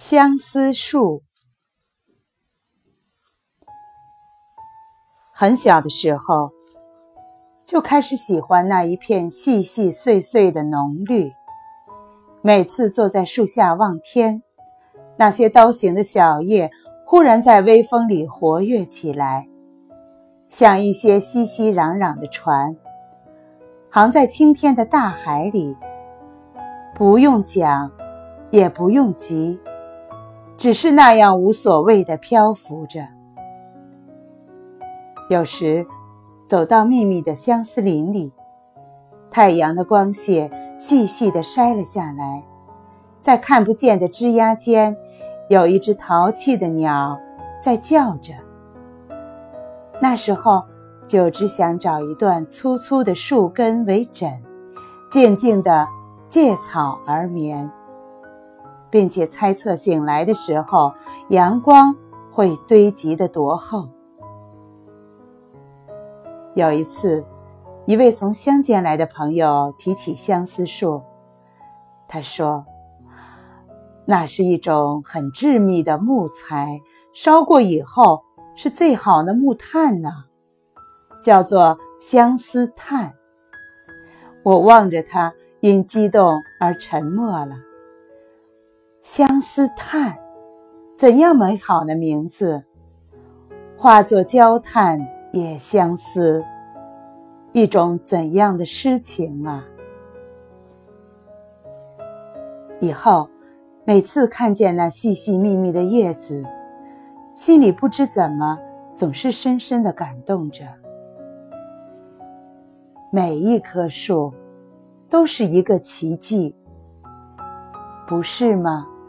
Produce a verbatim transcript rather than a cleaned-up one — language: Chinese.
相思树。很小的时候，就开始喜欢那一片细细碎碎的浓绿。每次坐在树下望天，那些刀形的小叶忽然在微风里活跃起来，像一些熙熙攘攘的船，航在青天的大海里，不用讲，也不用急，只是那样无所谓地漂浮着。有时走到密密的相思林里，太阳的光线细细地筛了下来，在看不见的枝桠间，有一只淘气的鸟在叫着。那时候就只想找一段粗粗的树根为枕，静静地借草而眠，并且猜测醒来的时候，阳光会堆积得多厚。有一次，一位从乡间来的朋友提起相思树，他说，那是一种很致密的木材，烧过以后是最好的木炭呢，叫做相思炭。我望着他，因激动而沉默了。相思炭，怎样美好的名字，化作焦炭也相思，一种怎样的诗情啊！以后每次看见那细细密密的叶子，心里不知怎么总是深深地感动着。每一棵树都是一个奇迹，不是吗？